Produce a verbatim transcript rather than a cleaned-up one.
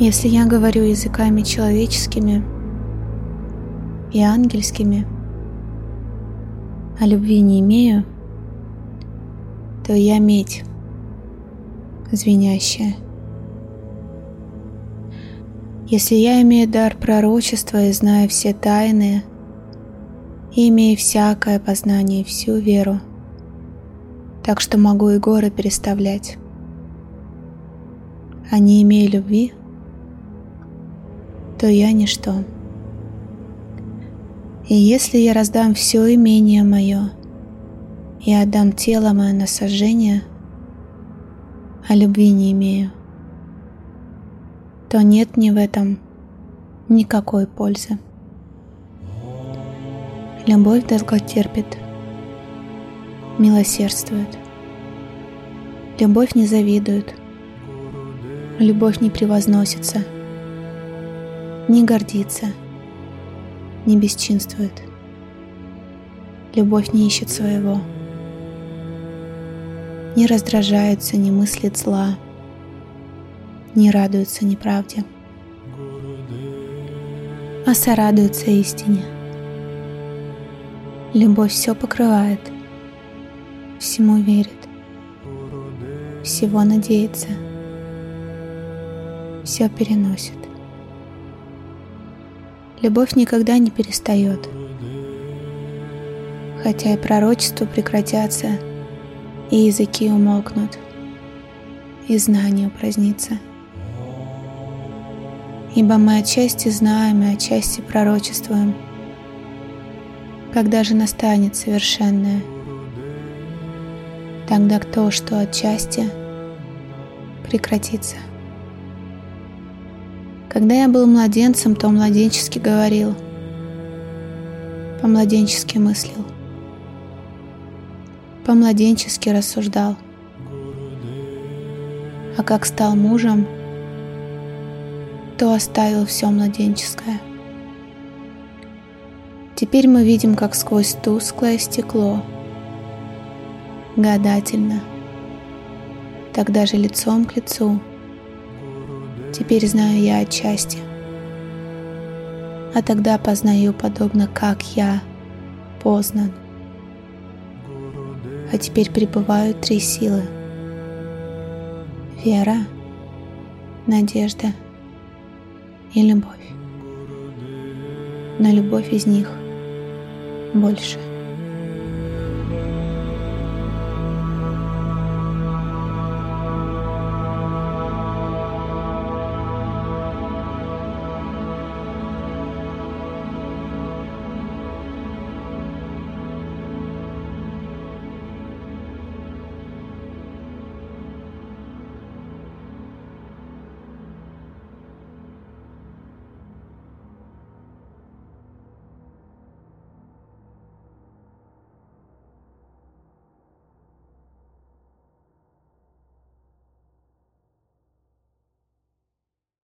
Если я говорю языками человеческими и ангельскими, а любви не имею, то я медь звенящая. Если я имею дар пророчества и знаю все тайны, и имею всякое познание и всю веру, так что могу и горы переставлять, а не имея любви, то я ничто. И если я раздам все имение мое и отдам тело мое на сожжение, а любви не имею, то нет ни в этом никакой пользы. Любовь долготерпит, милосердствует. Любовь не завидует, любовь не превозносится, не гордится, не бесчинствует. Любовь не ищет своего, не раздражается, не мыслит зла, не радуется неправде, а сорадуется истине. Любовь все покрывает, всему верит, всего надеется, все переносит. Любовь никогда не перестает, хотя и пророчества прекратятся, и языки умолкнут, и знание упразднится. Ибо мы отчасти знаем и отчасти пророчествуем. Когда же настанет совершенное? Тогда то, что отчасти, прекратится. Когда я был младенцем, то младенчески говорил, по-младенчески мыслил, по-младенчески рассуждал. А как стал мужем, то оставил все младенческое. Теперь мы видим, как сквозь тусклое стекло, гадательно, тогда же лицом к лицу. Теперь знаю я отчасти, а тогда познаю, подобно как я познан. А теперь пребывают три силы: вера, надежда и любовь. Но любовь из них больше.